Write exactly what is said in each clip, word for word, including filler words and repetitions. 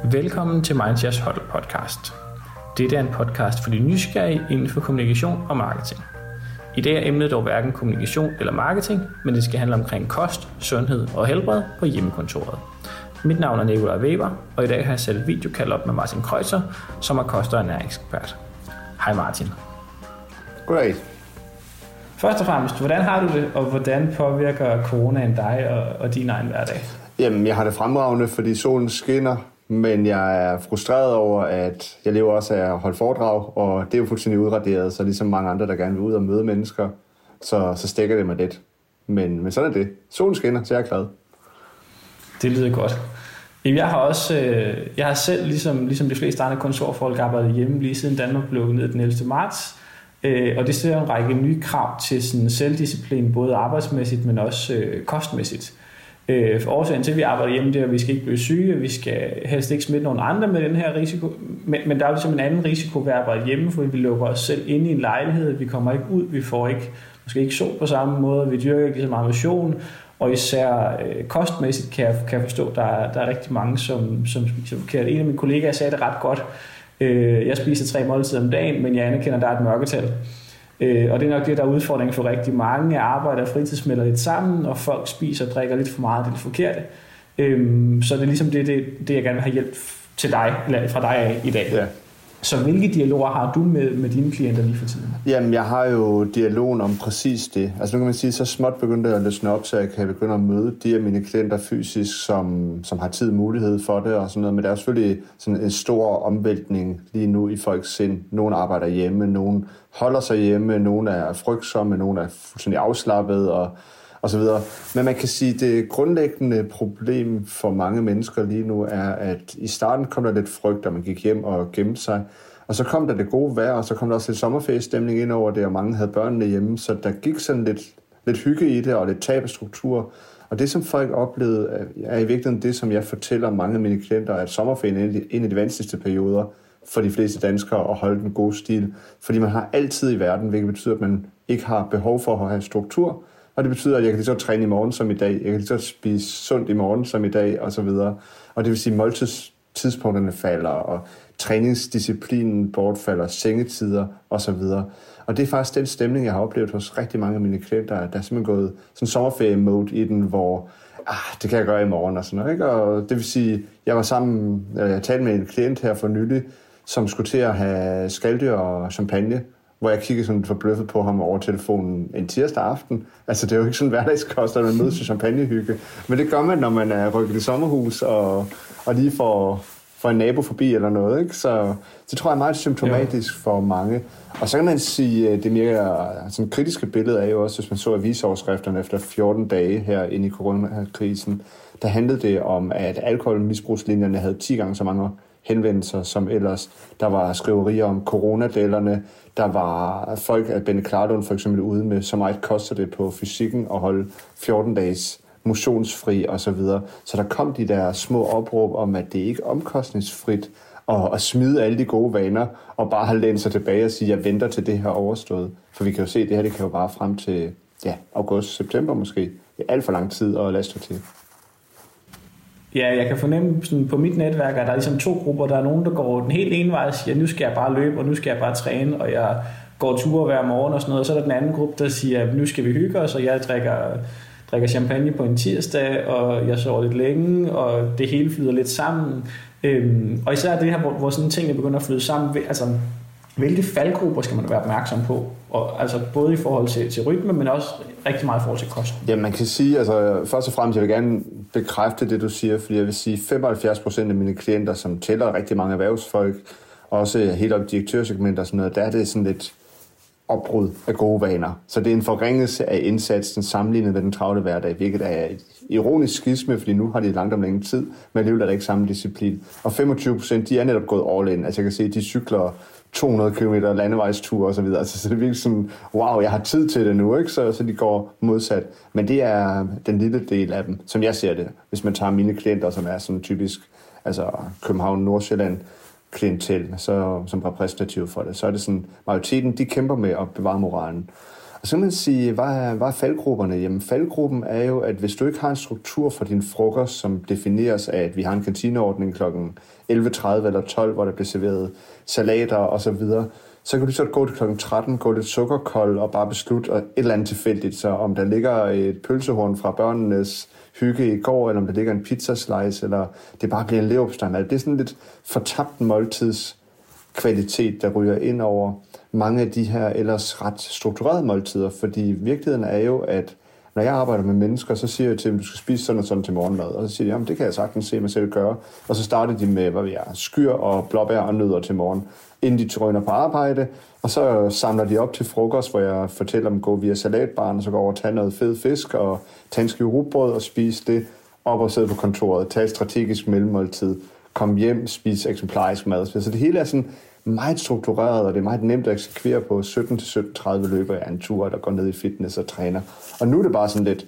Velkommen til Mindshares Huddle podcast. Dette er en podcast for de nysgerrige inden for kommunikation og marketing. I dag er emnet dog hverken kommunikation eller marketing, men det skal handle omkring kost, sundhed og helbred på hjemmekontoret. Mit navn er Nikolaj Weber, og i dag har jeg sat et videokald op med Martin Kreuzer, som er kost- og ernæringsekspert. Hej Martin. Goddag. Først og fremmest, hvordan har du det, og hvordan påvirker coronaen dig og, og din egen hverdag? Jamen, jeg har det fremragende, fordi solen skinner, men jeg er frustreret over, at jeg lever også af at holde foredrag, og det er jo fuldstændig udraderet, så ligesom mange andre, der gerne vil ud og møde mennesker, så, så stikker det mig lidt. Men, men sådan er det. Solen skinner, så jeg er glad. Det lyder godt. Jeg har også, jeg har selv, ligesom, ligesom de fleste andre kontorfolk, arbejdet hjemme lige siden Danmark blev lukket ned den ellevte marts. Og det stiller en række nye krav til sådan selvdisciplin, både arbejdsmæssigt, men også øh, kostmæssigt. Øh, for årsagen til, at vi arbejder hjemme, det er, at vi skal ikke blive syge, vi skal helst ikke smitte nogen andre med den her risiko. Men, men der er jo ligesom en anden risiko ved at arbejde hjemme, fordi vi lukker os selv inde i en lejlighed, vi kommer ikke ud, vi får ikke, måske ikke sol på samme måde, vi dyrker ikke så meget motion, og især øh, kostmæssigt kan jeg, kan jeg forstå, at der, der er rigtig mange, som, som spiser forkert. En af mine kollegaer sagde det ret godt. Jeg spiser tre måltider om dagen, men jeg anerkender, at der er et mørketal. Og det er nok det, der er udfordringen for rigtig mange. Arbejde og fritid smelter lidt sammen, og folk spiser og drikker lidt for meget, det er det forkerte. Så det er ligesom det, det, det jeg gerne vil have hjælp til dig, eller fra dig af i dag. Ja. Så hvilke dialoger har du med, med dine klienter lige for tiden? Jamen, jeg har jo dialogen om præcis det. Altså nu kan man sige, så småt begyndte jeg at løsne op, så jeg kan begynde at møde de af mine klienter fysisk, som, som har tid og mulighed for det og sådan noget. Men der er selvfølgelig sådan en stor omvæltning lige nu i folks sind. Nogle arbejder hjemme, nogle holder sig hjemme, nogle er frygtsomme, nogle er fuldstændig afslappet og og så videre. Men man kan sige, at det grundlæggende problem for mange mennesker lige nu er, at i starten kom der lidt frygt, da man gik hjem og gemte sig. Og så kom der det gode vejr, og så kom der også lidt sommerferiestemning ind over det, og mange havde børnene hjemme, så der gik sådan lidt, lidt hygge i det, og lidt tab af struktur. Og det, som folk oplevede, er i virkeligheden det, som jeg fortæller mange af mine klienter, at sommerferien er en af de vanskeligste perioder for de fleste danskere at holde den gode stil. Fordi man har altid i verden, hvilket betyder, at man ikke har behov for at have struktur. Og det betyder, at jeg kan lige så træne i morgen som i dag, jeg kan lige så spise sundt i morgen som i dag, og så videre. Og det vil sige, at måltidstidspunkterne falder, og træningsdisciplinen bortfalder, sengetider, og så videre. Og det er faktisk den stemning, jeg har oplevet hos rigtig mange af mine klienter, der er simpelthen gået sådan sommerferie-mode i den, hvor ah, det kan jeg gøre i morgen, og sådan noget, ikke? Og det vil sige, jeg var sammen, jeg talte med en klient her for nylig, som skulle til at have skaldyr og champagne, hvor jeg kiggede sådan forbløffet på ham over telefonen en tirsdag aften. Altså, det er jo ikke sådan hverdagskost, at man mødes til champagnehygge. Men det gør man, når man er rykket i sommerhus og, og lige får, får en nabo forbi eller noget, ikke? Så det tror jeg er meget symptomatisk for mange. Og så kan man sige, at det mere sådan kritiske billede er jo også, hvis man så avisoverskrifterne efter fjorten dage her inde i coronakrisen, der handlede det om, at alkoholmisbrugslinjerne havde ti gange så mange henvendelser som ellers. Der var skriverier om coronadellerne, der var folk af Benne Klarlund for eksempel ude med, så meget koster det på fysikken at holde fjorten dages motionsfri og så videre. Så der kom de der små opråb om, at det ikke er omkostningsfrit at, at smide alle de gode vaner og bare have lænet sig tilbage og sige, jeg venter til det her overstået. For vi kan jo se, at det her det kan jo bare frem til ja, august, september måske. Det er alt for lang tid at lade stå til. Ja, jeg kan fornemme sådan, på mit netværk, at der er ligesom to grupper. Der er nogen, der går den helt ene vej og siger, nu skal jeg bare løbe, og nu skal jeg bare træne, og jeg går ture hver morgen og sådan noget. Og så er der den anden gruppe, der siger, nu skal vi hygge os, og jeg drikker, drikker champagne på en tirsdag, og jeg sover lidt længe, og det hele flyder lidt sammen. Øhm, og især det her, hvor, hvor sådan tingene begynder at flyde sammen. Altså, hvilke faldgrupper skal man være opmærksom på? Og, altså både i forhold til, til rytme, men også rigtig meget i forhold til kost. Ja, man kan sige, altså først og fremmest, jeg vil gerne bekræfte det, du siger, fordi jeg vil sige, femoghalvfjerds procent af mine klienter, som tæller rigtig mange erhvervsfolk, også helt op i direktørsegmenter og sådan noget, der er det sådan lidt opbrud af gode vaner. Så det er en forringelse af indsatsen sammenlignet med den travle hverdag, hvilket er et ironisk skisme, fordi nu har de langt om længe tid, men alligevel er der ikke samme disciplin. Og femogtyve procent, de er netop gået all in. Altså jeg kan se, de cykler to hundrede kilometer landevejsture og så videre. Altså, så det er virkelig sådan, wow, jeg har tid til det nu, ikke? Så, så de går modsat. Men det er den lille del af dem, som jeg ser det. Hvis man tager mine klienter, som er sådan typisk, altså København, Nordsjælland, klientel, så, som repræsentativ for det, så er det sådan, majoriteten, de kæmper med at bevare moralen. Og så kan man sige, hvad er, hvad er faldgrupperne? Jamen faldgruppen er jo, at hvis du ikke har en struktur for din frokost, som defineres af, at vi har en kantineordning klokken elleve tredive eller tolv, hvor der bliver serveret salater og så videre, så kan du så gå til klokken tretten, gå lidt sukkerkold og bare beslutte et eller andet tilfældigt. Så om der ligger et pølsehorn fra børnenes hygge i går, eller om der ligger en pizzaslice, eller det bare bliver en leverpostej. Det er sådan lidt fortabt måltidskvalitet, der ryger ind over mange af de her ellers ret strukturerede måltider. Fordi virkeligheden er jo, at når jeg arbejder med mennesker, så siger jeg til dem, du skal spise sådan og sådan til morgenmad. Og så siger de, jamen det kan jeg sagtens se mig selv gøre. Og så starter de med, hvad ved jeg, skyr og blåbær og nødder til morgen, inden de trøner på arbejde. Og så samler de op til frokost, hvor jeg fortæller dem at gå via salatbaren, og så gå over og tage noget fed fisk og tage en skive rugbrød og spise det op og sidde på kontoret, tage et strategisk mellemmåltid, komme hjem, spise eksemplarisk mad. Så det hele er sådan meget struktureret, og det er meget nemt at eksekvere på. sytten til sytten tredive løber jeg en tur, der går ned i fitness og træner. Og nu er det bare sådan lidt,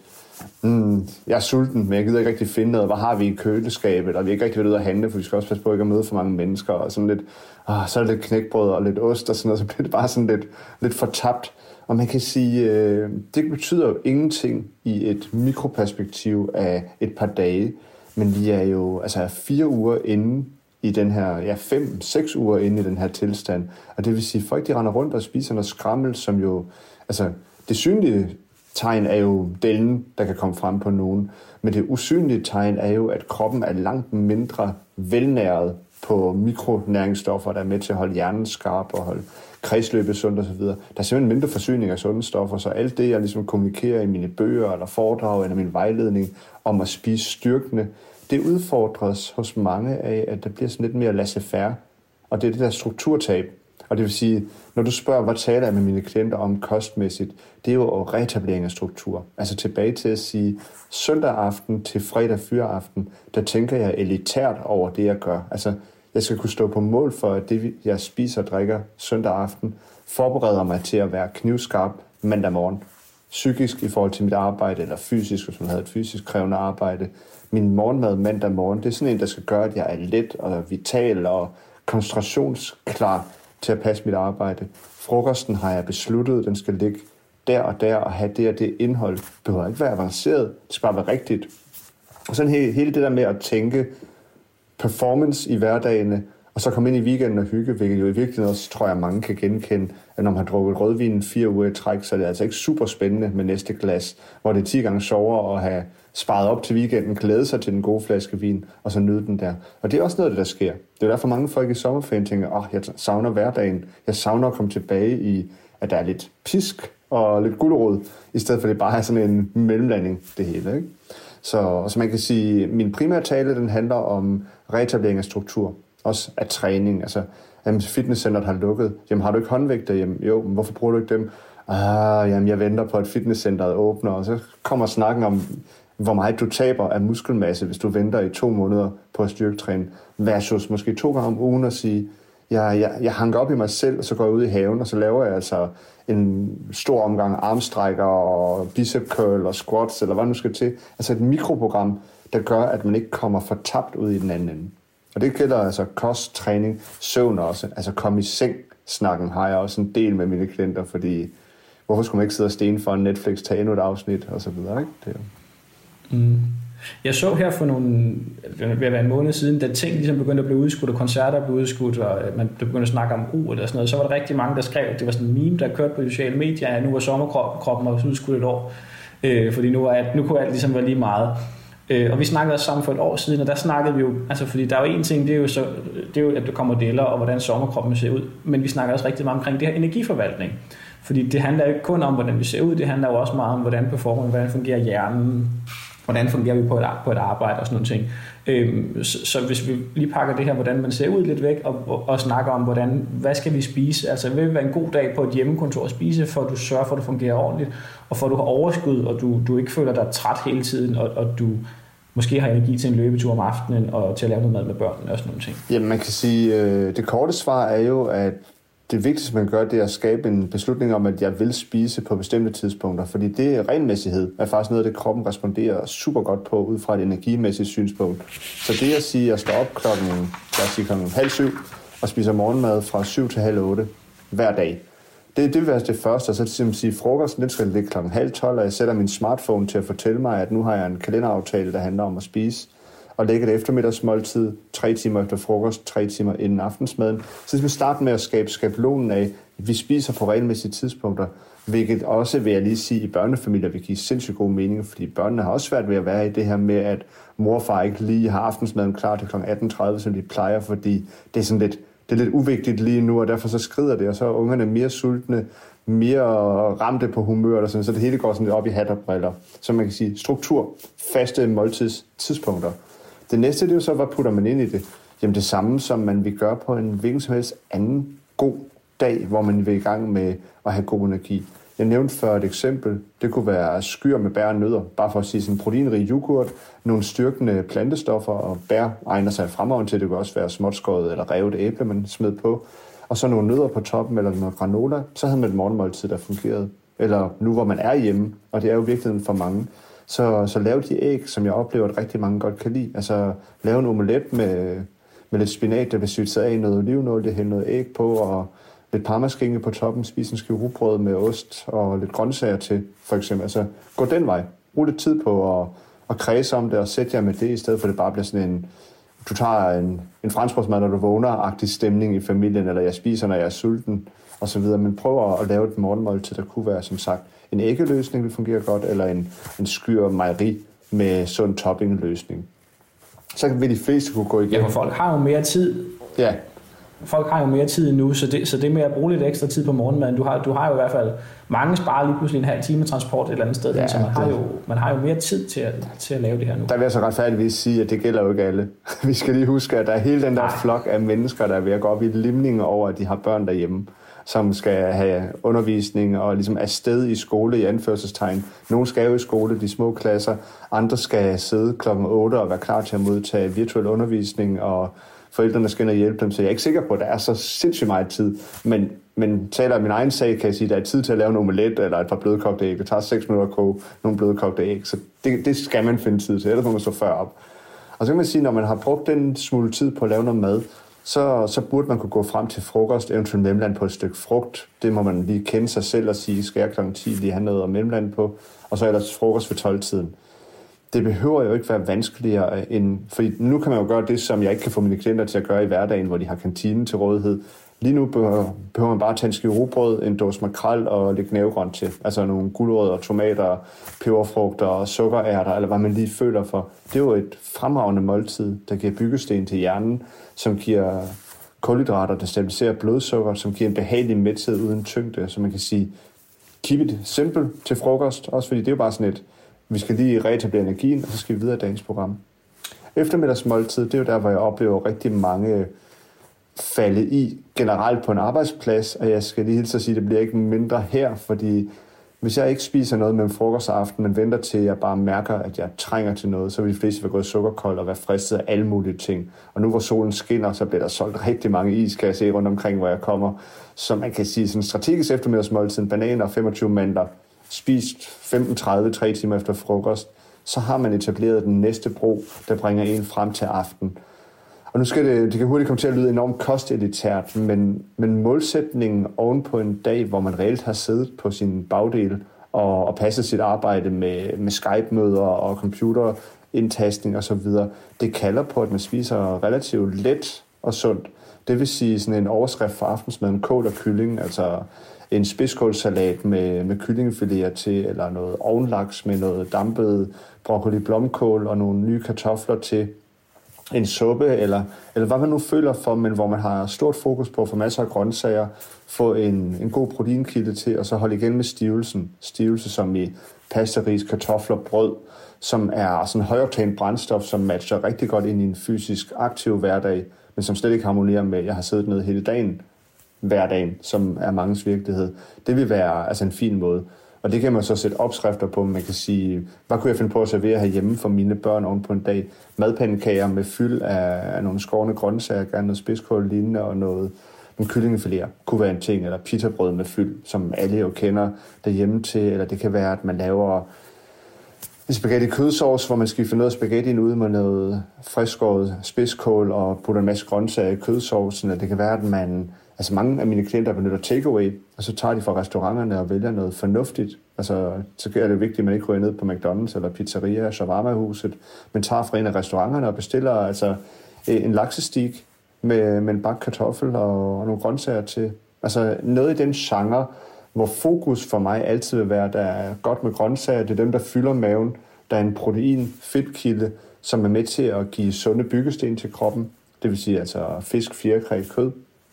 mm, jeg er sulten, men jeg gider ikke rigtig finde noget. Hvad har vi i køleskabet? Og vi er ikke rigtig ved ud at handle, for vi skal også passe på ikke at møde for mange mennesker. Og sådan lidt, åh, så er det lidt knækbrød og lidt ost og sådan noget, så bliver det bare sådan lidt, lidt fortabt. Og man kan sige, øh, det betyder jo ingenting i et mikroperspektiv af et par dage, men vi er jo altså fire uger inde i den her, ja, fem, seks uger inde i den her tilstand. Og det vil sige, at folk de render rundt og spiser noget skrammel, som jo, altså det synlige tegn er jo delen, der kan komme frem på nogen. Men det usynlige tegn er jo, at kroppen er langt mindre velnæret på mikronæringsstoffer, der er med til at holde hjernen skarp og holde kredsløbet sundt osv. Der er simpelthen mindre forsyning af sunde stoffer, så alt det, jeg ligesom kommunikerer i mine bøger eller foredrag eller min vejledning om at spise styrkende, det udfordres hos mange af, at der bliver sådan lidt mere laissez-faire, og det er det der strukturtab. Og det vil sige, når du spørger, hvad taler jeg med mine klienter om kostmæssigt, det er jo reetablering af struktur. Altså tilbage til at sige, søndag aften til fredag fyreaften, der tænker jeg elitært over det, jeg gør. Altså, jeg skal kunne stå på mål for, at det, jeg spiser og drikker søndag aften, forbereder mig til at være knivskarp mandag morgen. Psykisk i forhold til mit arbejde, eller fysisk, hvis man havde et fysisk krævende arbejde. Min morgenmad mandag morgen, det er sådan en, der skal gøre, at jeg er let og vital og koncentrationsklar til at passe mit arbejde. Frokosten har jeg besluttet, den skal ligge der og der og have det og det indhold. Det behøver ikke være avanceret, det skal bare være rigtigt. Og sådan hele, hele det der med at tænke performance i hverdagene, og så komme ind i weekenden og hygge, hvilket jo i virkeligheden også, tror jeg, mange kan genkende, at når man har drukket rødvin fire uger i træk, så er det altså ikke super spændende med næste glas, hvor det er ti gange sjovere at have sparet op til weekenden, glæde sig til den gode flaske vin, og så nyde den der. Og det er også noget af det, der sker. Det er derfor mange folk i sommerferien tænker, åh, oh, jeg savner hverdagen, jeg savner at komme tilbage i, at der er lidt pisk og lidt gulerod, i stedet for at det bare er sådan en mellemlanding, det hele, ikke? Så, så man kan sige, min primære tale, den handler om reetablering af struktur, også af træning. Altså, jamen, fitnesscenteret har lukket. Jamen, har du ikke håndvægte derhjemme? Jo, men hvorfor bruger du ikke dem? Ah, jamen, jeg venter på, at fitnesscenteret åbner, og så kommer snakken om, hvor meget du taber af muskelmasse, hvis du venter i to måneder på at styrketræne, versus måske to gange om ugen og sige, jeg, jeg, jeg hanker op i mig selv, og så går jeg ud i haven, og så laver jeg altså en stor omgang armstrækker og bicep curl og squats, eller hvad nu skal til. Altså et mikroprogram, der gør, at man ikke kommer for tabt ud i den anden ende. Og det gælder altså kost, træning, søvn også. Altså komme i seng-snakken har jeg også en del med mine klienter, fordi hvorfor skulle man ikke sidde og stene for en Netflix, tage endnu et afsnit og så videre, ikke? Det er jo. Mm. Jeg så her for nogle, ved at være en måned siden, da ting ligesom begyndte at blive udskudt, og koncerter blev udskudt, og man begyndte at snakke om u eller sådan noget, så var der rigtig mange, der skrev, at det var sådan en meme, der kørte på sociale medier, at nu var sommerkroppen også udskudt et år, øh, fordi nu, var, nu kunne alt ligesom være lige meget. Øh, og vi snakkede også sammen for et år siden, og der snakkede vi jo, altså fordi der er jo en ting, det er jo, så, det er jo at der kommer deler, og hvordan sommerkroppen ser ud, men vi snakker også rigtig meget omkring det her energiforvaltning. Fordi det handler ikke kun om, hvordan vi ser ud, det handler jo også meget om, hvordan performer, hvordan fungerer hjernen, hvordan fungerer vi på et, på et arbejde og sådan nogle ting. Øhm, så, så hvis vi lige pakker det her, hvordan man ser ud lidt væk, og, og, og snakker om, hvordan, hvad skal vi spise? Altså, vil det være en god dag på et hjemmekontor at spise, for at du sørger for, at det fungerer ordentligt, og for at du har overskud, og du, du ikke føler dig træt hele tiden, og, og du måske har energi til en løbetur om aftenen, og til at lave noget mad med børnene og sådan nogle ting. Jamen, man kan sige, øh, det korte svar er jo, at det vigtigste, man gør, det er at skabe en beslutning om, at jeg vil spise på bestemte tidspunkter, fordi det renmæssighed er faktisk noget, det kroppen responderer super godt på, ud fra et energimæssigt synspunkt. Så det at sige, at jeg står op klokken, lad os sige klokken halv syv, og spiser morgenmad fra syv til halv otte hver dag, Det, det vil være det første, og så til at sige, frokosten den skal ligge klokken halv tolv, og jeg sætter min smartphone til at fortælle mig, at nu har jeg en kalenderaftale, der handler om at spise, og lægge et eftermiddagsmåltid, tre timer efter frokost, tre timer inden aftensmaden. Så vi starter med at skabe skabelonen af, at vi spiser på regelmæssige tidspunkter, hvilket også, vil jeg lige sige, i børnefamilier vil give sindssygt god mening, fordi børnene har også svært ved at være i det her med, at mor og far ikke lige har aftensmaden klar til klokken atten tredive, som de plejer, fordi det er sådan lidt, det er lidt uvigtigt lige nu, og derfor så skrider det, og så er ungerne mere sultne, mere ramte på humør, og sådan, så det hele går sådan lidt op i hat og briller. Så man kan sige struktur, faste måltidstidspunkter. Det næste, det er jo så, hvad putter man ind i det? Jamen det samme, som man vil gøre på en hvilken som helst anden god dag, hvor man vil i gang med at have god energi. Jeg nævnte før et eksempel. Det kunne være skyr med bær og nødder. Bare for at sige sådan proteinrig yoghurt, nogle styrkende plantestoffer, og bær egner sig fremragende til. Det kunne også være småtskåret eller revet æble, man smed på. Og så nogle nødder på toppen eller noget granola. Så havde man et morgenmåltid, der fungerede. Eller nu, hvor man er hjemme, og det er jo virkeligheden for mange. Så, så lave de æg, som jeg oplever, at rigtig mange godt kan lide. Altså lave en omelet med, med lidt spinat, der bliver syet af noget olivenolie, hælde noget æg på, og lidt parmaskinke på toppen, spise en skive rugbrød med ost og lidt grøntsager til, for eksempel. Altså gå den vej. Brug lidt tid på at, at kredse om det, og sætte jer med det, i stedet for at det bare bliver sådan en, du tager en, en franskbrødsmad, når du vågner-agtig stemning i familien, eller jeg spiser, når jeg er sulten, og så videre. Men prøv at lave et morgenmåltid, der kunne være, som sagt, en æggeløsning, vil fungere godt, eller en, en skyr mejeri med sund toppingløsning. Så vil de fleste kunne gå igennem. Ja, for folk har jo mere tid. Ja. Folk har jo mere tid nu, så det, så det med at bruge lidt ekstra tid på morgenmaden, du har, du har jo i hvert fald, mange sparer lige pludselig en halv time transport et eller andet sted, ja, så man har, jo, man har jo mere tid til at, til at lave det her nu. Der vil jeg så retfærdigvis sige, at det gælder jo ikke alle. Vi skal lige huske, at der er hele den der Nej. flok af mennesker, der er ved at gå op i limninger over, at de har børn derhjemme, som skal have undervisning og ligesom afsted i skole i anførselstegn. Nogle skal jo i skole, de små klasser, andre skal sidde klokken otte og være klar til at modtage virtuel undervisning, og forældrene skal ind og hjælpe dem, så jeg er ikke sikker på, at der er så sindssygt meget tid. Men, men taler af min egen sag, kan jeg sige, at der er tid til at lave en omelet eller et par blødkogte æg. Det tager seks minutter at koge nogle blødkogte æg, så det, det skal man finde tid til, ellers må man stå før op. Og så kan man sige, at når man har brugt den smule tid på at lave noget mad, så, så burde man kunne gå frem til frokost, eventuelt mellemland på et stykke frugt. Det må man lige kende sig selv og sige, skal jeg klokken ti lige have noget og mellemland på, og så ellers frokost ved tolv-tiden. Det behøver jo ikke være vanskeligere end, fordi nu kan man jo gøre det, som jeg ikke kan få mine klienter til at gøre i hverdagen, hvor de har kantinen til rådighed. Lige nu behøver, behøver man bare tage en skive rugbrød, en dåse makrel og lidt knævegrønt til. Altså nogle gulerødder, tomater, peberfrugter og sukkerærter, eller hvad man lige føler for. Det er jo et fremragende måltid, der giver byggesten til hjernen, som giver kulhydrater, der stabiliserer blodsukker, som giver en behagelig mæthed uden tyngde. Så man kan sige, keep it simple til frokost, også fordi det er jo bare sådan et, vi skal lige reetablere energien, og så skal vi videre i dagens program. Eftermiddagsmåltid, det er jo der, hvor jeg oplever rigtig mange falde i generelt på en arbejdsplads, og jeg skal lige hilse at sige, at det bliver ikke mindre her, fordi hvis jeg ikke spiser noget med en frokost aften, men venter til, at jeg bare mærker, at jeg trænger til noget, så vil de fleste være gået sukkerkold og være fristet af alle mulige ting. Og nu hvor solen skinner, så bliver der solgt rigtig mange is, kan jeg se rundt omkring, hvor jeg kommer. Så man kan sige, sådan strategisk eftermiddagsmåltid, bananer og femogtyve mandler, spist femten tredive, tre timer efter frokost, så har man etableret den næste bro, der bringer en frem til aften. Og nu skal det, det kan hurtigt komme til at lyde enormt kostelitært, men, men målsætningen oven på en dag, hvor man reelt har siddet på sin bagdel og, og passet sit arbejde med, med Skype-møder og computerindtastning osv., det kalder på, at man spiser relativt let og sundt. Det vil sige sådan en overskrift for aftensmaden, kål og kylling, altså en spidskålsalat med, med kyllingefiléer til, eller noget ovnlaks med noget dampet broccoli, blomkål og nogle nye kartofler til, en suppe, eller, eller hvad man nu føler for, men hvor man har stort fokus på at få masser af grøntsager, få en, en god proteinkilde til, og så holde igen med stivelsen. Stivelse som i pasta, ris, kartofler, brød, som er sådan højoktan brændstof, som matcher rigtig godt ind i en fysisk aktiv hverdag, men som slet ikke harmonerer med, at jeg har siddet ned hele dagen, hverdagen, som er mangens virkelighed. Det vil være altså en fin måde. Og det kan man så sætte opskrifter på. Man kan sige, hvad kunne jeg finde på at servere herhjemme for mine børn oven på en dag? Madpandekager med fyld af, af nogle skårne grøntsager, gerne noget spidskål lignende og noget kyllingefiléer kunne være en ting, eller pitabrød med fyld, som alle jo kender derhjemme til, eller det kan være, at man laver spaghetti kødsovs, hvor man skifter noget af spaghettien ud med noget friskåret spidskål og putter en masse grøntsager i kødsovsen, eller det kan være, at man altså mange af mine klienter benytter takeaway, og så tager de fra restauranterne og vælger noget fornuftigt. Altså, så er det vigtigt, at man ikke ryger ned på McDonald's eller pizzeria, shawarma-huset, men tager fra en af restauranterne og bestiller altså en laksestik med, med en bagt kartoffel og, og nogle grøntsager til. Altså noget i den genre, hvor fokus for mig altid vil være, der er godt med grøntsager, det er dem, der fylder maven, der er en protein-fedtkilde, som er med til at give sunde byggesten til kroppen, det vil sige altså fisk, fjerkræ, kød.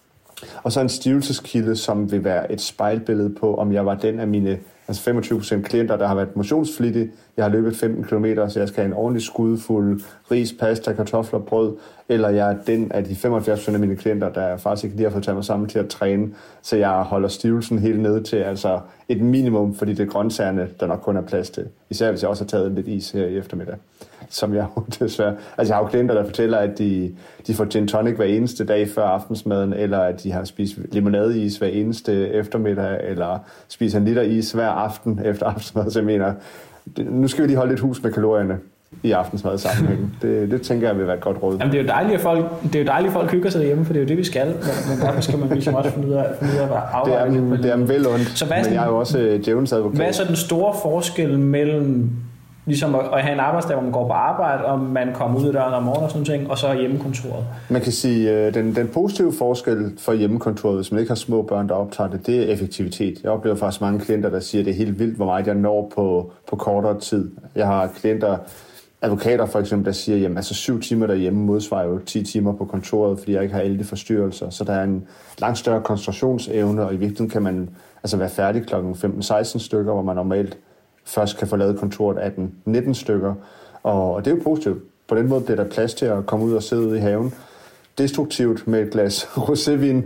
Og så en stivelseskilde, som vil være et spejlbillede på, om jeg var den af mine altså femogtyve procent klienter, der har været motionsflittig. Jeg har løbet femten kilometer, så jeg skal have en ordentlig skudfuld ris, pasta, kartofler, brød. Eller jeg er den af de femoghalvfjerds procent af mine klienter, der faktisk ikke lige har fået taget mig sammen til at træne. Så jeg holder stivelsen helt nede til altså et minimum, fordi det er grøntsagerne, der nok kun er plads til. Især hvis jeg også har taget lidt is her i eftermiddag. Som jeg jo desværre... Altså jeg har jo klienter, der fortæller, at de, de får gin tonic hver eneste dag før aftensmaden, eller at de har spist limonadeis hver eneste eftermiddag, eller spiser en liter is hver aften efter aftensmad. Så jeg mener, det, nu skal vi lige holde lidt hus med kalorierne i aftensmad sammenhængen. Det, det tænker jeg vil være et godt råd. Jamen det er jo dejligt, at folk, det er jo dejligt, at folk hygger sig derhjemme, for det er jo det, vi skal. Men, men derfor skal man ligesom også finde ud af, finde ud af hvad arbejde. Det er, det er vel ondt, men jeg er jo også djævelens advokat. Hvad er så den store forskel mellem ligesom at have en arbejdsdag, hvor man går på arbejde, og man kommer ud af døren om morgenen og sådan ting, og så hjemmekontoret? Man kan sige, den, den positive forskel for hjemmekontoret, hvis man ikke har små børn, der optager det, det er effektivitet. Jeg oplever faktisk mange klienter, der siger, at det er helt vildt, hvor meget jeg når på, på kortere tid. Jeg har klienter, advokater for eksempel, der siger, at altså syv timer derhjemme modsvarer jo ti timer på kontoret, fordi jeg ikke har alle de forstyrrelser. Så der er en langt større koncentrationsevne, og i virkeligheden kan man altså være færdig klokken femten seksten stykker, hvor man normalt først kan få lavet kontoret atten nitten stykker. Og det er jo positivt. På den måde bliver der plads til at komme ud og sidde ude i haven. Destruktivt med et glas rosévin.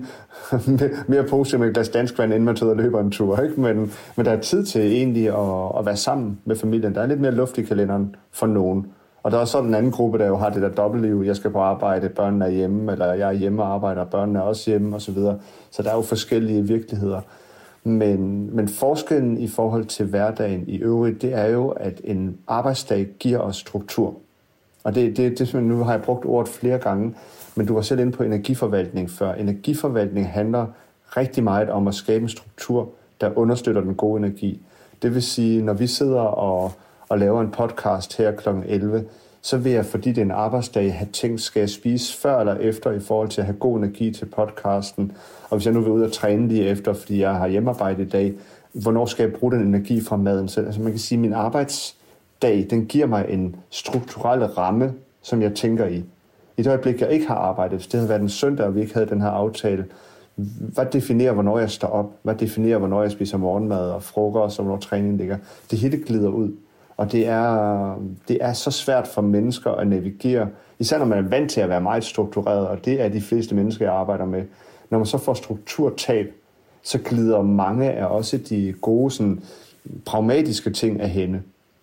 Mere positivt med et glas dansk vand, inden man tager og løber en tur. Ikke? Men, men der er tid til egentlig at, at være sammen med familien. Der er lidt mere luft i kalenderen for nogen. Og der er så den anden gruppe, der jo har det der dobbeltliv. Jeg skal på arbejde, børnene er hjemme, eller jeg er hjemme og arbejder, og børnene er også hjemme osv. Så, så der er jo forskellige virkeligheder. Men, men forskellen i forhold til hverdagen i øvrigt, det er jo, at en arbejdsdag giver os struktur. Og det, det, det nu har jeg brugt ordet flere gange, men du var selv inde på energiforvaltning før. Energiforvaltning handler rigtig meget om at skabe en struktur, der understøtter den gode energi. Det vil sige, når vi sidder og, og laver en podcast her klokken elleve, så vil jeg, fordi det er en arbejdsdag, have tænkt, skal jeg spise før eller efter i forhold til at have god energi til podcasten. Og hvis jeg nu vil ud og træne lige efter, fordi jeg har hjemmearbejde i dag, hvornår skal jeg bruge den energi fra maden selv? Altså man kan sige, at min arbejdsdag, den giver mig en strukturel ramme, som jeg tænker i. I det øjeblik, jeg ikke har arbejdet, hvis det havde været en søndag, og vi ikke havde den her aftale, hvad definerer, hvornår jeg står op? Hvad definerer, hvornår jeg spiser morgenmad og frokost, og hvornår træningen ligger? Det hele glider ud. Og det er, det er så svært for mennesker at navigere, især når man er vant til at være meget struktureret, og det er de fleste mennesker, jeg arbejder med. Når man så får strukturtab, så glider mange af også de gode, sådan, pragmatiske ting af hende.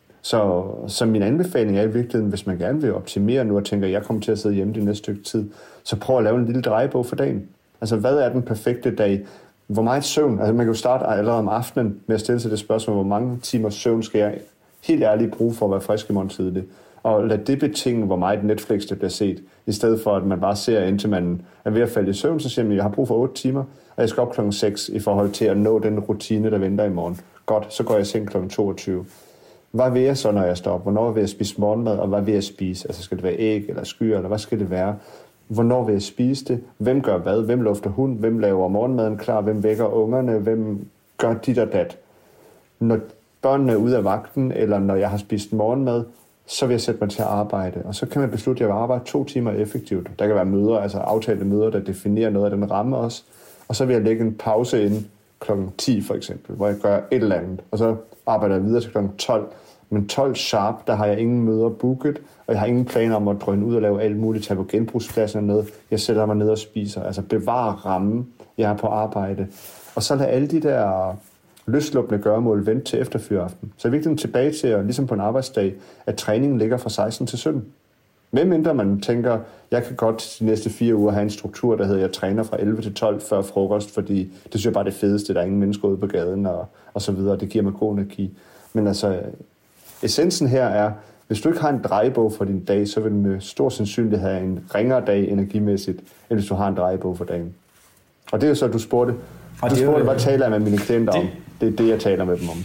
Så, så min anbefaling er i virkeligheden, hvis man gerne vil optimere nu, og tænker, at jeg kommer til at sidde hjemme det næste stykke tid, så prøv at lave en lille drejebog for dagen. Altså, hvad er den perfekte dag? Hvor meget søvn? Altså, man kan jo starte allerede om aftenen med at stille sig det spørgsmål, hvor mange timer søvn skal jeg helt ærligt bruge for at være frisk i morgen tidligt. Og lad det betinge, hvor meget Netflix det bliver set, i stedet for at man bare ser, indtil man er ved at falde i søvn, så siger man, jeg har brug for otte timer, og jeg skal op klokken seks i forhold til at nå den rutine, der venter i morgen. Godt, så går jeg i seng klokken toogtyve. Hvad vil jeg så, når jeg står op? Hvornår vil jeg spise morgenmad, og hvad vil jeg spise? Altså skal det være æg eller skyer, eller hvad skal det være? Hvornår vil jeg spise det? Hvem gør hvad? Hvem lufter hund? Hvem laver morgenmaden klar? Hvem vækker ungerne? Hvem gør dit og dat? Når børnene er ude af vagten, eller når jeg har spist morgenmad, så vil jeg sætte mig til at arbejde. Og så kan man beslutte, at jeg vil arbejde to timer effektivt. Der kan være møder, altså aftalte møder, der definerer noget af den ramme også. Og så vil jeg lægge en pause ind klokken ti for eksempel, hvor jeg gør et eller andet. Og så arbejder jeg videre til klokken tolv. Men tolv sharp, der har jeg ingen møder booket, og jeg har ingen planer om at drøne ud og lave alt muligt, tage på genbrugspladsen og noget. Jeg sætter mig ned og spiser. Altså bevare rammen, jeg er på arbejde. Og så lad alle de der løsluppende gøremål vente til efter fyraften. Så er virkelig tilbage til, at, ligesom på en arbejdsdag, at træningen ligger fra seksten til sytten. Hvem mindre man tænker, jeg kan godt de næste fire uger have en struktur, der hedder, jeg træner fra elleve til tolv før frokost, fordi det synes jeg bare det fedeste, der er ingen mennesker ude på gaden og, og så videre. Det giver mig god energi. Men altså, essensen her er, hvis du ikke har en drejebog for din dag, så vil du med stor sandsynlighed have en ringere dag energimæssigt, end hvis du har en drejebog for dagen. Og det er jo så, du spurgte, og du spurgte, jo, hvad taler jeg med mine klienter det, om? Det er det, jeg taler med dem om.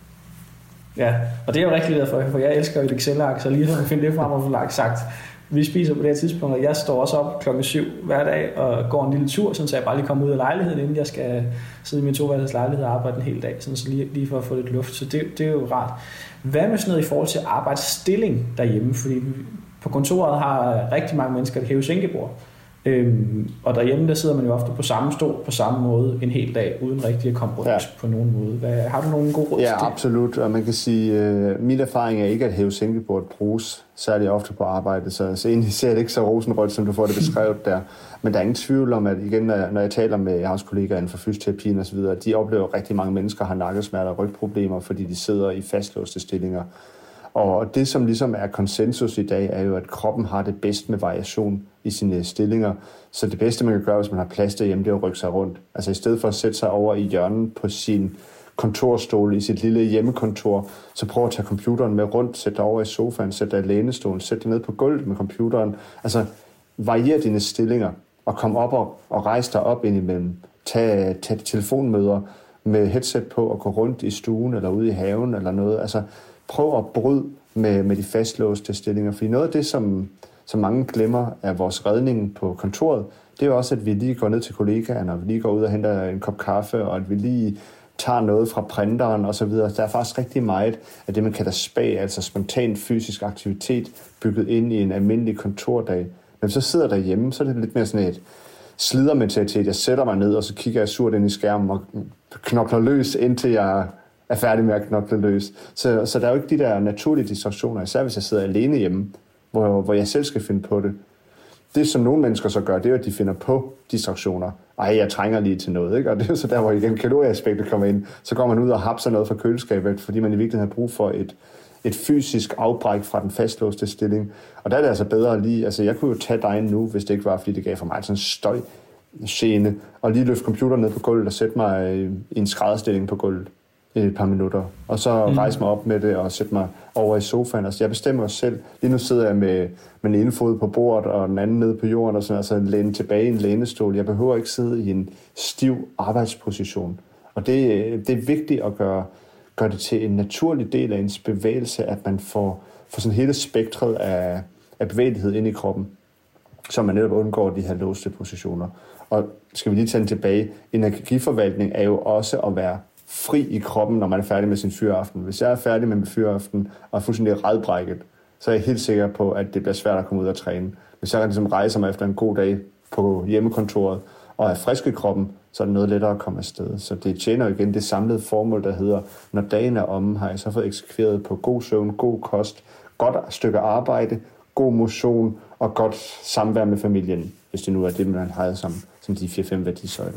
Ja, og det er jo rigtig glad for, for jeg elsker jo et Excel-ark, så lige at finde det frem og få sagt, vi spiser på det her tidspunkt, og jeg står også op klokken syv hver dag og går en lille tur, så jeg bare lige kommer ud af lejligheden, inden jeg skal sidde i min toværelses lejlighed og arbejde en hel dag, sådan så lige, lige for at få lidt luft. Så det, det er jo rart. Hvad med sådan noget i forhold til arbejdsstilling derhjemme? Fordi på kontoret har rigtig mange mennesker et hæve-sænkebord. Øhm, og derhjemme der sidder man jo ofte på samme stol på samme måde en hel dag uden rigtig at komme rundt ja. på nogen måde. Hvad, har du nogen gode råd til det? Ja, absolut. Og man kan sige, øh, min erfaring er ikke, at hæve-sænkebord bruges særlig ofte på arbejde, så, så egentlig ser det ikke så rosenrødt, som du får det beskrevet der. Men der er ingen tvivl om, at igen, når jeg, når jeg taler med jeg har også kollegaer inden for fysioterapien og så videre, de oplever, at rigtig mange mennesker har nakkesmerter og rygproblemer, fordi de sidder i fastlåste stillinger. Og det, som ligesom er konsensus i dag, er jo, at kroppen har det bedst med variation i sine stillinger. Så det bedste, man kan gøre, hvis man har plads derhjemme, det er at rykke sig rundt. Altså i stedet for at sætte sig over i hjørnet på sin kontorstol i sit lille hjemmekontor, så prøv at tage computeren med rundt, sæt dig over i sofaen, sæt dig i lænestolen, sæt dig ned på gulvet med computeren. Altså varier dine stillinger og kom op og, og rejse dig op indimellem. Tag, tag telefonmøder med headset på og gå rundt i stuen eller ude i haven eller noget. Altså prøv at bryde med, med de fastlåste stillinger, fordi noget af det, som, som mange glemmer af vores redning på kontoret, det er jo også, at vi lige går ned til kollegaerne, og vi lige går ud og henter en kop kaffe, og at vi lige tager noget fra printeren og så videre. Der er faktisk rigtig meget af det, man kalder spag, altså spontan fysisk aktivitet, bygget ind i en almindelig kontordag. Men så sidder derhjemme, så er det lidt mere sådan et slidermentalitet. Jeg sætter mig ned, og så kigger jeg surt ind i skærmen og knokler løs, indtil jeg er færdig med at knokle løs. Så, så der er jo ikke de der naturlige distraktioner, især hvis jeg sidder alene hjemme, hvor, hvor jeg selv skal finde på det. Det, som nogle mennesker så gør, det er, at de finder på distraktioner. Ej, jeg trænger lige til noget, ikke? Og det er så der, hvor igen kalorieaspektet kommer ind. Så går man ud og hapser noget fra køleskabet, fordi man i virkeligheden har brug for et, et fysisk afbræk fra den fastlåste stilling. Og der er det altså bedre at lige... Altså, jeg kunne jo tage dig nu, hvis det ikke var, fordi det gav for mig sådan en støjscene, og lige løfte computeren ned på gulvet og sætte mig i en skrædderstilling på gulvet et par minutter, og så mm. rejse mig op med det og sætte mig over i sofaen. Altså, jeg bestemmer selv. Lige nu sidder jeg med, med den ene fod på bordet og den anden nede på jorden, og sådan, altså læne tilbage i en lænestol. Jeg behøver ikke sidde i en stiv arbejdsposition. Og det, det er vigtigt at gøre, gøre det til en naturlig del af ens bevægelse, at man får, får sådan hele spektret af, af bevægelighed ind i kroppen, så man netop undgår de her låste positioner. Og skal vi lige tage den tilbage, energiforvaltning er jo også at være fri i kroppen, når man er færdig med sin fyraften. Hvis jeg er færdig med min fyraften og er fuldstændig rædbrækket, så er jeg helt sikker på, at det bliver svært at komme ud og træne. Hvis jeg ligesom rejser mig efter en god dag på hjemmekontoret og er frisk i kroppen, så er det noget lettere at komme afsted. Så det tjener jo igen det samlede formål, der hedder, når dagen er omme, har jeg så fået eksekveret på god søvn, god kost, godt stykke arbejde, god motion og godt samvær med familien, hvis det nu er det, man har som, som de fire fem værdisøjler.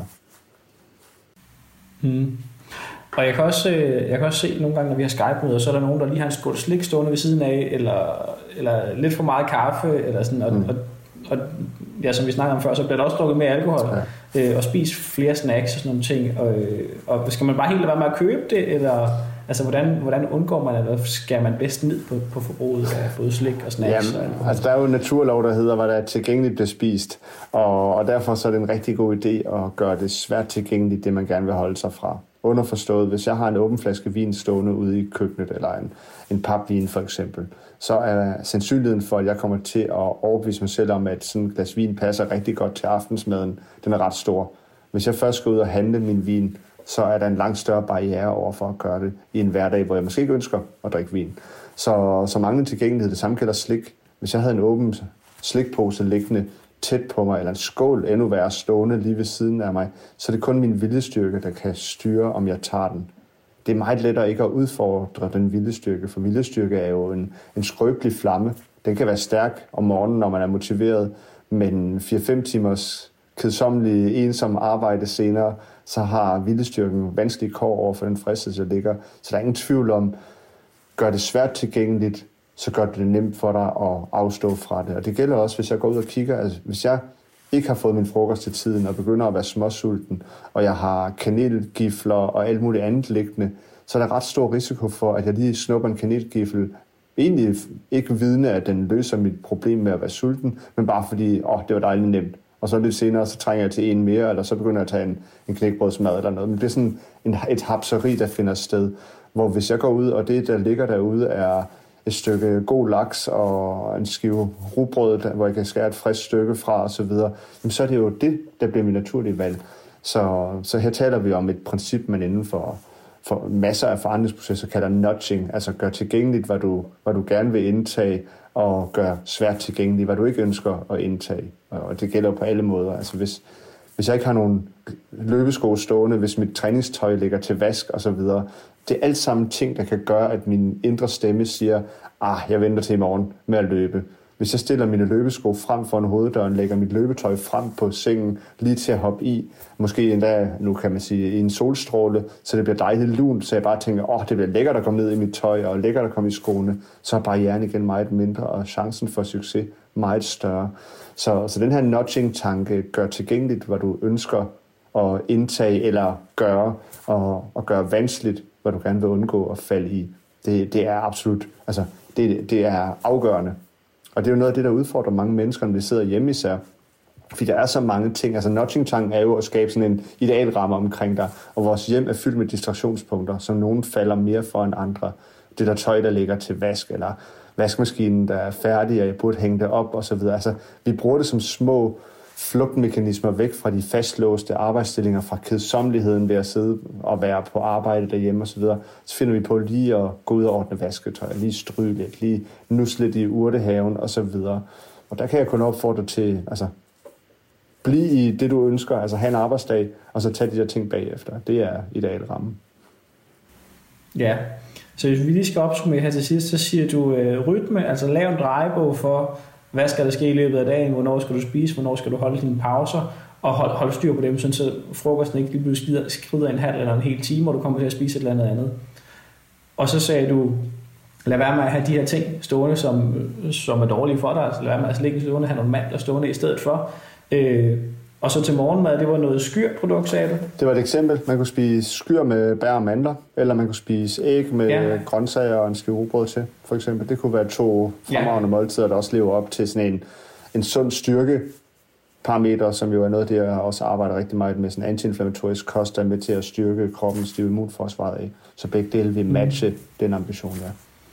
Hmm. Og jeg kan, også, jeg kan også se nogle gange, når vi har Skype-møder, så er der nogen, der lige har en skål slik stående ved siden af, eller, eller lidt for meget kaffe, eller sådan, og, mm. og, og ja, som vi snakkede om før, så bliver der også drukket mere alkohol, ja. øh, og spise flere snacks og sådan nogle ting, og, og skal man bare helt lade være med at købe det, eller altså, hvordan, hvordan undgår man, eller skærer man bedst ned på, på forbruget af både slik og snacks? Jamen, og altså, der er jo en naturlov, der hedder, hvad der er tilgængeligt bliver spist, og, og derfor så er det en rigtig god idé at gøre det svært tilgængeligt, det man gerne vil holde sig fra. Underforstået, hvis jeg har en åben flaske vin stående ude i køkkenet, eller en, en papvin for eksempel, så er sandsynligheden for, at jeg kommer til at overbevise mig selv om, at sådan et glas vin passer rigtig godt til aftensmaden, den er ret stor. Hvis jeg først skal ud og handle min vin, så er der en langt større barriere over for at gøre det i en hverdag, hvor jeg måske ikke ønsker at drikke vin. Så, så manglende tilgængelighed, det samme gælder slik. Hvis jeg havde en åben slikpose liggende tæt på mig, eller en skål endnu værre stående lige ved siden af mig, så er det kun min viljestyrke, der kan styre, om jeg tager den. Det er meget lettere ikke at udfordre den viljestyrke, for viljestyrke er jo en, en skrøbelig flamme. Den kan være stærk om morgenen, når man er motiveret, men fire fem timers kedsommelige, ensom arbejde senere, så har viljestyrken vanskelige kår over for den fristelse, der ligger. Så der er ingen tvivl om, gør det svært tilgængeligt, så gør det nemt for dig at afstå fra det. Og det gælder også, hvis jeg går ud og kigger. Altså, hvis jeg ikke har fået min frokost til tiden og begynder at være småsulten, og jeg har kanelgifler og alt muligt andet liggende, så er der ret stor risiko for, at jeg lige snupper en kanelgifle. Egentlig ikke vidne, at den løser mit problem med at være sulten, men bare fordi, åh, det var dejligt nemt. og så lidt senere, så trænger jeg til en mere, eller så begynder jeg at tage en, en knækbrødsmad eller noget. Men det bliver sådan en, et hapseri, der finder sted, hvor hvis jeg går ud, og det, der ligger derude, er et stykke god laks og en skive rugbrød, hvor jeg kan skære et frisk stykke fra og så videre, jamen, så er det jo det, der bliver min naturlige valg. Så, så her taler vi om et princip, man inden for, for masser af forandringsprocesser kalder nudging, altså gør tilgængeligt, hvad du, hvad du gerne vil indtage, og gør svært tilgængeligt, hvad du ikke ønsker at indtage. Og det gælder jo på alle måder. Altså hvis, hvis jeg ikke har nogen løbesko stående, hvis mit træningstøj ligger til vask og så videre, det er alt sammen ting, der kan gøre, at min indre stemme siger, ah, jeg venter til i morgen med at løbe. Hvis jeg stiller mine løbesko frem foran hoveddøren, lægger mit løbetøj frem på sengen, lige til at hoppe i, måske endda, nu kan man sige, i en solstråle, så det bliver dejligt lunt, så jeg bare tænker, åh, oh, det bliver lækkert at komme ned i mit tøj, og lækkert at komme i skoene, så er barrieren igen meget mindre, og chancen for succes meget større. Så, så den her nudging-tanke gør tilgængeligt, hvad du ønsker at indtage eller gøre, og, og gøre vanskeligt, hvad du gerne vil undgå at falde i. Det, det er absolut, altså, det, det er afgørende. Og det er jo noget af det, der udfordrer mange mennesker, når de sidder hjemme især. Fordi der er så mange ting. Altså nudging-tanken er jo at skabe sådan en idealramme omkring dig. Og vores hjem er fyldt med distraktionspunkter, som nogen falder mere for end andre. Det der tøj, der ligger til vask, eller vaskemaskinen, der er færdig, og jeg burde hænge det op, osv. Altså, vi bruger det som små flugtmekanismer væk fra de fastlåste arbejdsstillinger, fra kedsommeligheden ved at sidde og være på arbejde derhjemme osv. Så, så finder vi på lige at gå ud og ordne vasketøj, lige stryge lidt, lige nusle lidt i urtehaven osv. Og der kan jeg kun opfordre til, altså, bliv i det, du ønsker, altså have en arbejdsdag, og så tage de der ting bagefter. Det er idealrammen. Ja, så hvis vi lige skal opsummere her til sidst, så siger du øh, rytme, altså lav en drejebog for, hvad skal der ske i løbet af dagen, hvornår skal du spise, hvornår skal du holde dine pauser, og hold, hold styr på dem, så frokosten ikke lige pludselig skrider en halv eller en hel time, og du kommer til at spise et eller andet andet. Og så sagde du, lad være med at have de her ting stående, som, som er dårlige for dig, altså lad være med at lægge stående, have nogle mandler stående i stedet for. Øh, og så til morgenmad, det var noget skyrprodukt, sagde du? Det var et eksempel. Man kunne spise skyr med bær og mandler, eller man kunne spise æg med ja. grøntsager og en skive rugbrød til, for eksempel. Det kunne være to fremragende ja. måltider, der også lever op til sådan en, en sund styrkeparameter, som jo er noget, det jeg også arbejder rigtig meget med. Sådan en antiinflammatorisk kost, der er med til at styrke kroppens stive immunforsvaret af. Så begge dele vil matche mm. den ambition, ja.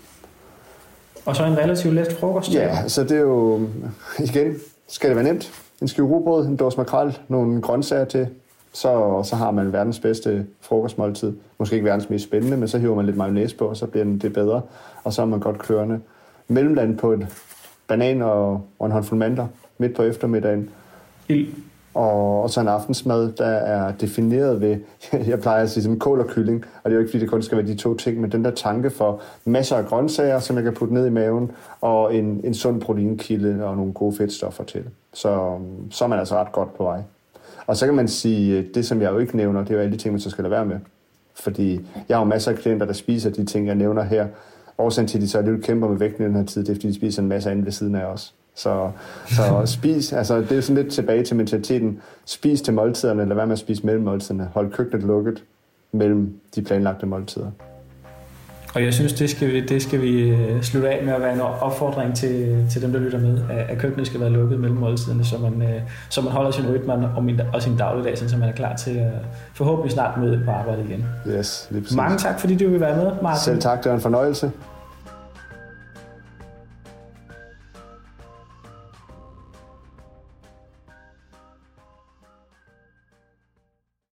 Og så en relativt let frokost? Ja, så det er jo, igen, skal det være nemt. En skive rugbrød, en dåse makrel, nogle grøntsager til, så, så har man verdens bedste frokostmåltid. Måske ikke verdens mest spændende, men så hiver man lidt mayonnaise på, og så bliver det bedre. Og så er man godt kørende. Mellemland på en banan og, og en håndfuld mandler midt på eftermiddagen. I. Og, og så en aftensmad, der er defineret ved, jeg plejer at sige som kål og kylling, og det er jo ikke fordi, det kun skal være de to ting, men den der tanke for masser af grøntsager, som jeg kan putte ned i maven, og en, en sund proteinkilde og nogle gode fedtstoffer til. Så, så er man altså ret godt på vej. Og så kan man sige, det som jeg jo ikke nævner, det er jo alle de ting, man så skal lade være med. Fordi jeg har jo masser af klienter, der spiser de ting, jeg nævner her. Årsagen til, at de så lidt kæmper med vægten i den her tid, det er, fordi de spiser en masse andet ved siden af os. Så, så spis, altså det er sådan lidt tilbage til mentaliteten. Spis til måltiderne, lad være med at spise mellem måltiderne. Hold køkkenet lukket mellem de planlagte måltider. Og jeg synes, det skal vi, det skal vi slutte af med at være en opfordring til, til dem, der lytter med, at køkkenet skal være lukket mellem måltiderne, så man, så man holder sin rytme og sin dagligdag, så man er klar til at forhåbentlig snart møde på arbejde igen. Yes, lige præcis. Mange tak, fordi du vil være med, Martin. Selv tak, det var en fornøjelse.